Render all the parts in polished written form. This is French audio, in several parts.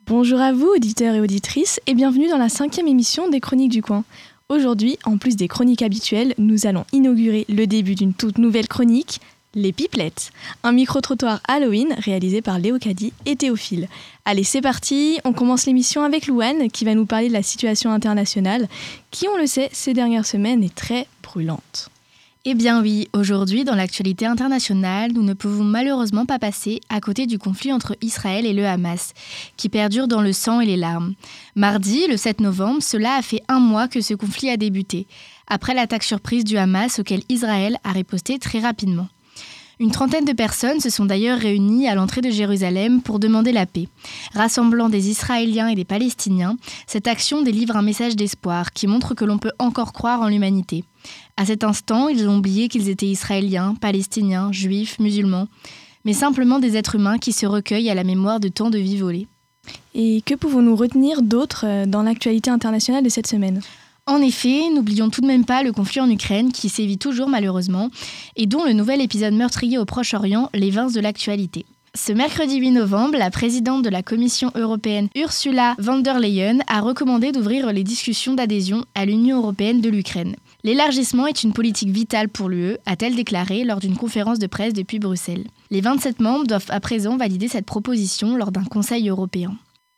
Bonjour à vous, auditeurs et auditrices, et bienvenue dans la 5e émission des Chroniques du Coin. Aujourd'hui, en plus des chroniques habituelles, nous allons inaugurer le début d'une toute nouvelle chronique, les Pipelettes, un micro-trottoir Halloween réalisé par Léo Caddy et Théophile. Allez, c'est parti, on commence l'émission avec Louane qui va nous parler de la situation internationale, qui, on le sait, ces dernières semaines est très brûlante. Eh bien oui, aujourd'hui, dans l'actualité internationale, nous ne pouvons malheureusement pas passer à côté du conflit entre Israël et le Hamas, qui perdure dans le sang et les larmes. Mardi, le 7 novembre, cela a fait 1 mois que ce conflit a débuté, après l'attaque surprise du Hamas auquel Israël a riposté très rapidement. Une trentaine de personnes se sont d'ailleurs réunies à l'entrée de Jérusalem pour demander la paix. Rassemblant des Israéliens et des Palestiniens, cette action délivre un message d'espoir qui montre que l'on peut encore croire en l'humanité. À cet instant, ils ont oublié qu'ils étaient Israéliens, Palestiniens, Juifs, musulmans, mais simplement des êtres humains qui se recueillent à la mémoire de tant de vies volées. Et que pouvons-nous retenir d'autre dans l'actualité internationale de cette semaine ? En effet, n'oublions tout de même pas le conflit en Ukraine qui sévit toujours malheureusement et dont le nouvel épisode meurtrier au Proche-Orient l'évince de l'actualité. Ce mercredi 8 novembre, la présidente de la Commission européenne Ursula von der Leyen a recommandé d'ouvrir les discussions d'adhésion à l'Union européenne de l'Ukraine. L'élargissement est une politique vitale pour l'UE, a-t-elle déclaré lors d'une conférence de presse depuis Bruxelles. Les 27 membres doivent à présent valider cette proposition lors d'un Conseil européen.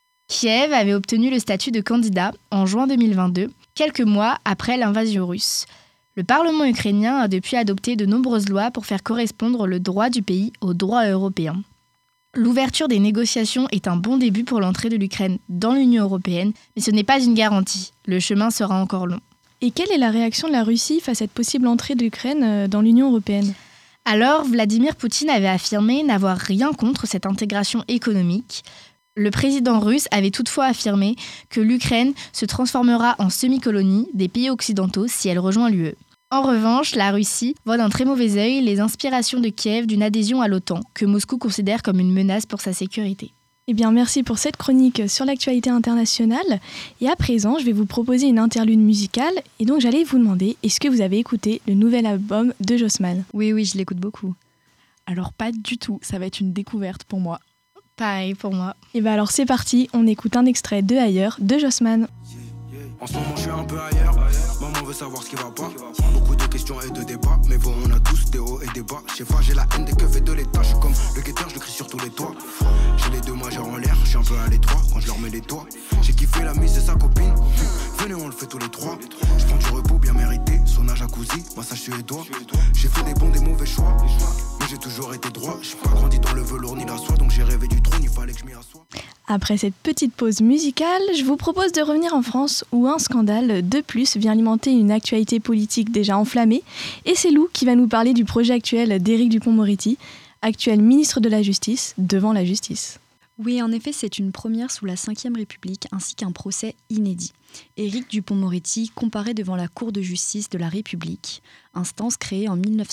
Kiev avait obtenu le statut de candidat en juin 2022, quelques mois après l'invasion russe. Le Parlement ukrainien a depuis adopté de nombreuses lois pour faire correspondre le droit du pays au droit européen. L'ouverture des négociations est un bon début pour l'entrée de l'Ukraine dans l'Union européenne, mais ce n'est pas une garantie. Le chemin sera encore long. Et quelle est la réaction de la Russie face à cette possible entrée de l'Ukraine dans l'Union européenne ? Alors, Vladimir Poutine avait affirmé n'avoir rien contre cette intégration économique. Le président russe avait toutefois affirmé que l'Ukraine se transformera en semi-colonie des pays occidentaux si elle rejoint l'UE. En revanche, la Russie voit d'un très mauvais œil les inspirations de Kiev d'une adhésion à l'OTAN, que Moscou considère comme une menace pour sa sécurité. Eh bien, merci pour cette chronique sur l'actualité internationale. Et à présent, je vais vous proposer une interlude musicale. Et donc, j'allais vous demander, est-ce que vous avez écouté le nouvel album de Jossman ? Oui, je l'écoute beaucoup. Alors, pas du tout. Ça va être une découverte pour moi. Pareil pour moi. Et bien alors, c'est parti. On écoute un extrait de Ailleurs de Jossman. En ce moment je suis un peu ailleurs, maman veut savoir ce qui va pas. Beaucoup de questions et de débats, mais bon on a tous des hauts et des bas. Je sais pas, j'ai la haine des keufs et de l'état. Je suis comme le guetteur, je le crie sur tous les toits. J'ai les deux majeurs en l'air, je suis un peu à l'étroit quand je leur mets les doigts. J'ai kiffé la mise de sa copine, venez on le fait tous les trois. Je prends du repos bien mérité, sauna jacuzzi, massage suédois. J'ai fait des bons, des mauvais choix, mais j'ai toujours été droit. J'ai pas grandi dans le velours ni la soie, donc j'ai rêvé du trône, il fallait que je m'y assoie. Après cette petite pause musicale, je vous propose de revenir en France où un scandale de plus vient alimenter une actualité politique déjà enflammée. Et c'est Lou qui va nous parler du projet actuel d'Éric Dupond-Moretti, actuel ministre de la Justice, devant la justice. Oui, en effet, c'est une première sous la Ve République ainsi qu'un procès inédit. Éric Dupond-Moretti comparaît devant la Cour de justice de la République, instance créée en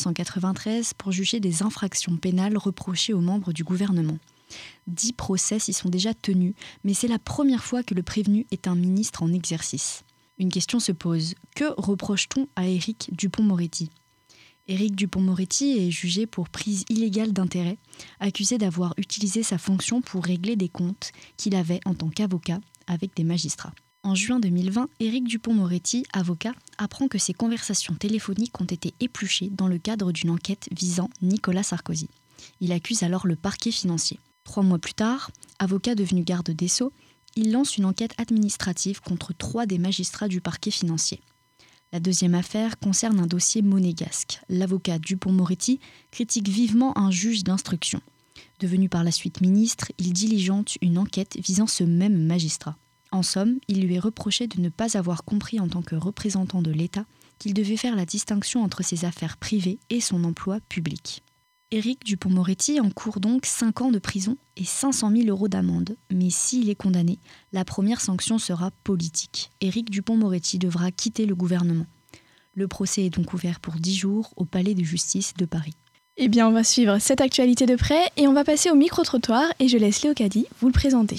1993 pour juger des infractions pénales reprochées aux membres du gouvernement. 10 procès s'y sont déjà tenus, mais c'est la première fois que le prévenu est un ministre en exercice. Une question se pose, que reproche-t-on à Éric Dupond-Moretti ? Éric Dupond-Moretti est jugé pour prise illégale d'intérêt, accusé d'avoir utilisé sa fonction pour régler des comptes qu'il avait en tant qu'avocat avec des magistrats. En juin 2020, Éric Dupond-Moretti, avocat, apprend que ses conversations téléphoniques ont été épluchées dans le cadre d'une enquête visant Nicolas Sarkozy. Il accuse alors le parquet financier. 3 mois plus tard, avocat devenu garde des Sceaux, il lance une enquête administrative contre 3 des magistrats du parquet financier. La deuxième affaire concerne un dossier monégasque. L'avocat Dupond-Moretti critique vivement un juge d'instruction. Devenu par la suite ministre, il diligente une enquête visant ce même magistrat. En somme, il lui est reproché de ne pas avoir compris en tant que représentant de l'État qu'il devait faire la distinction entre ses affaires privées et son emploi public. Éric Dupond-Moretti encourt donc 5 ans de prison et 500 000 € d'amende. Mais s'il est condamné, la première sanction sera politique. Éric Dupond-Moretti devra quitter le gouvernement. Le procès est donc ouvert pour 10 jours au Palais de justice de Paris. Eh bien, on va suivre cette actualité de près et on va passer au micro-trottoir et je laisse Léo Caddy vous le présenter.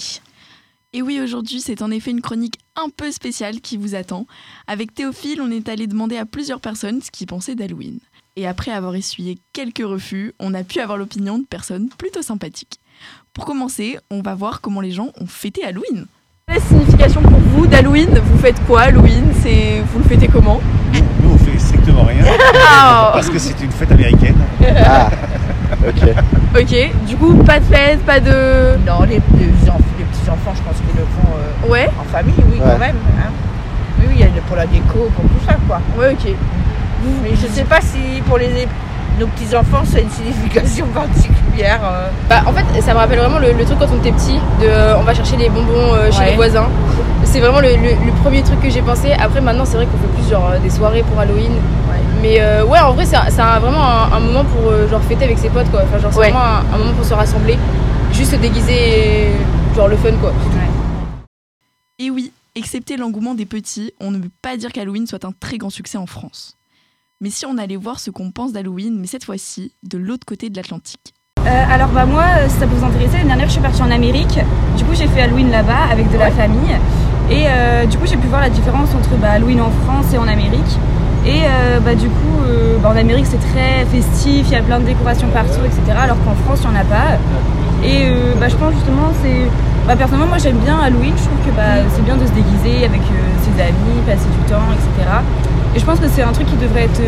Et oui, aujourd'hui, c'est en effet une chronique un peu spéciale qui vous attend. Avec Théophile, on est allé demander à plusieurs personnes ce qu'ils pensaient d'Halloween. Et après avoir essuyé quelques refus, on a pu avoir l'opinion de personnes plutôt sympathiques. Pour commencer, on va voir comment les gens ont fêté Halloween. La signification pour vous d'Halloween, vous faites quoi Halloween? Vous le fêtez comment? Nous, on fait strictement rien. Ah. Parce que c'est une fête américaine. Ah, ok. Ok, du coup, pas de fête, pas de... Non, les petits-enfants, je pense qu'ils le font Ouais. en famille, oui, Ouais. quand même. Hein. Oui, il y a pour la déco, pour tout ça, quoi. Ouais, ok. Mais je sais pas si pour nos petits-enfants, ça a une signification particulière. Bah, en fait, ça me rappelle vraiment le truc quand on était petit, on va chercher les bonbons chez Ouais. les voisins. C'est vraiment le premier truc que j'ai pensé. Après, maintenant, c'est vrai qu'on fait plus genre des soirées pour Halloween. Ouais. Mais ouais, en vrai, c'est vraiment un moment pour genre fêter avec ses potes, quoi. Enfin, genre, c'est Ouais. vraiment un moment pour se rassembler, juste se déguiser, genre le fun, quoi. Et oui, excepté l'engouement des petits, on ne peut pas dire qu'Halloween soit un très grand succès en France. Mais si on allait voir ce qu'on pense d'Halloween, mais cette fois-ci, de l'autre côté de l'Atlantique. Alors moi, si ça peut vous intéresser, l'année dernière je suis partie en Amérique. Du coup j'ai fait Halloween là-bas avec de la famille. Et du coup j'ai pu voir la différence entre Halloween en France et en Amérique. Et du coup en Amérique c'est très festif, il y a plein de décorations partout, etc. Alors qu'en France il n'y en a pas. Et je pense justement personnellement moi j'aime bien Halloween. Je trouve que c'est bien de se déguiser avec ses amis, passer du temps, etc. Et je pense que c'est un truc qui devrait être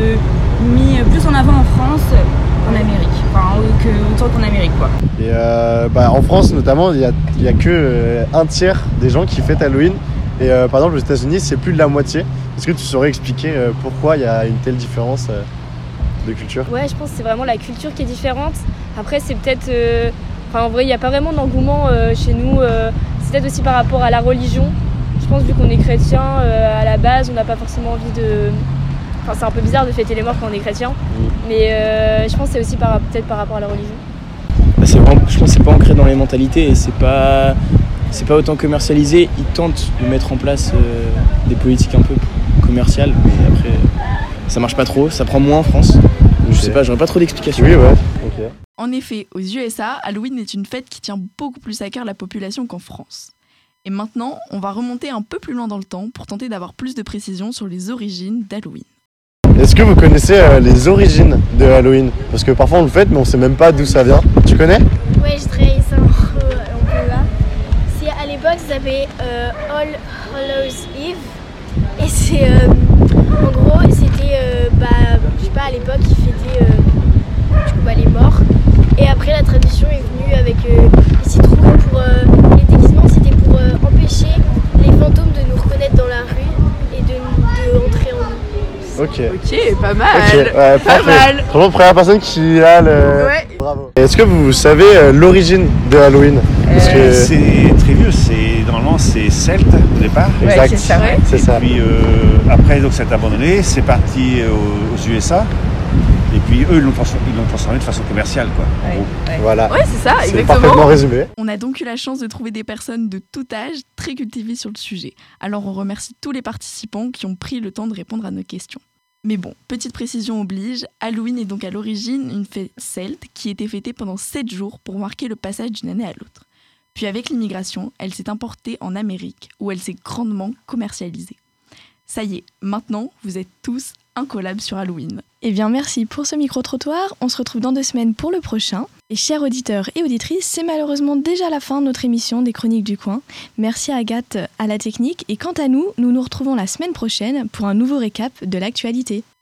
mis plus en avant en France qu'en Amérique, autant qu'en Amérique quoi. Et en France notamment, il y a que un tiers des gens qui fêtent Halloween. Et par exemple aux États-Unis, c'est plus de la moitié. Est-ce que tu saurais expliquer pourquoi il y a une telle différence de culture? Ouais, je pense que c'est vraiment la culture qui est différente. Après, c'est peut-être... en vrai, il n'y a pas vraiment d'engouement chez nous. C'est peut-être aussi par rapport à la religion. Je pense vu qu'on est chrétien, à la base, on n'a pas forcément envie de... Enfin, c'est un peu bizarre de fêter les morts quand on est chrétien. Mais je pense que c'est aussi peut-être par rapport à la religion. Je pense que c'est pas ancré dans les mentalités et c'est pas autant commercialisé. Ils tentent de mettre en place des politiques un peu commerciales, mais après ça marche pas trop, ça prend moins en France. Je sais pas, j'aurais pas trop d'explications. Oui, ouais. Ok. En effet, aux USA, Halloween est une fête qui tient beaucoup plus à cœur la population qu'en France. Et maintenant, on va remonter un peu plus loin dans le temps pour tenter d'avoir plus de précisions sur les origines d'Halloween. Est-ce que vous connaissez les origines de Halloween? Parce que parfois on le fête mais on sait même pas d'où ça vient. Tu connais? Ouais, je travaille ça un peu là. C'est à l'époque ça s'appelait All Hallows Eve. Et c'est en gros c'était je sais pas, à l'époque ils fêtaient les morts. Et après la tradition est venue avec les citrouilles pour les déguisements, c'était pour empêcher les fantômes de nous reconnaître dans la rue et de entrer en nous. Ok. Ok, pas mal. Ok, ouais, pas mal. Vraiment première personne qui a le... Ouais. Bravo. Est-ce que vous savez l'origine de Halloween? Parce que... C'est très vieux, normalement c'est celte au départ. Exact. Ouais, c'est ça, ouais. C'est ça. Puis après donc c'est abandonné, c'est parti aux USA. Et puis eux ils l'ont transformé de façon commerciale quoi. En gros. Voilà. Ouais, c'est ça, C'est exactement. parfaitement résumé. On a donc eu la chance de trouver des personnes de tout âge très cultivées sur le sujet. Alors on remercie tous les participants qui ont pris le temps de répondre à nos questions. Mais bon, petite précision oblige, Halloween est donc à l'origine une fête celte qui était fêtée pendant 7 jours pour marquer le passage d'une année à l'autre. Puis avec l'immigration, elle s'est importée en Amérique où elle s'est grandement commercialisée. Ça y est, maintenant vous êtes tous incollables sur Halloween. Eh bien merci pour ce micro-trottoir, on se retrouve dans 2 semaines pour le prochain. Et chers auditeurs et auditrices, c'est malheureusement déjà la fin de notre émission des Chroniques du Coin. Merci à Agathe à la technique et quant à nous, nous nous retrouvons la semaine prochaine pour un nouveau récap de l'actualité.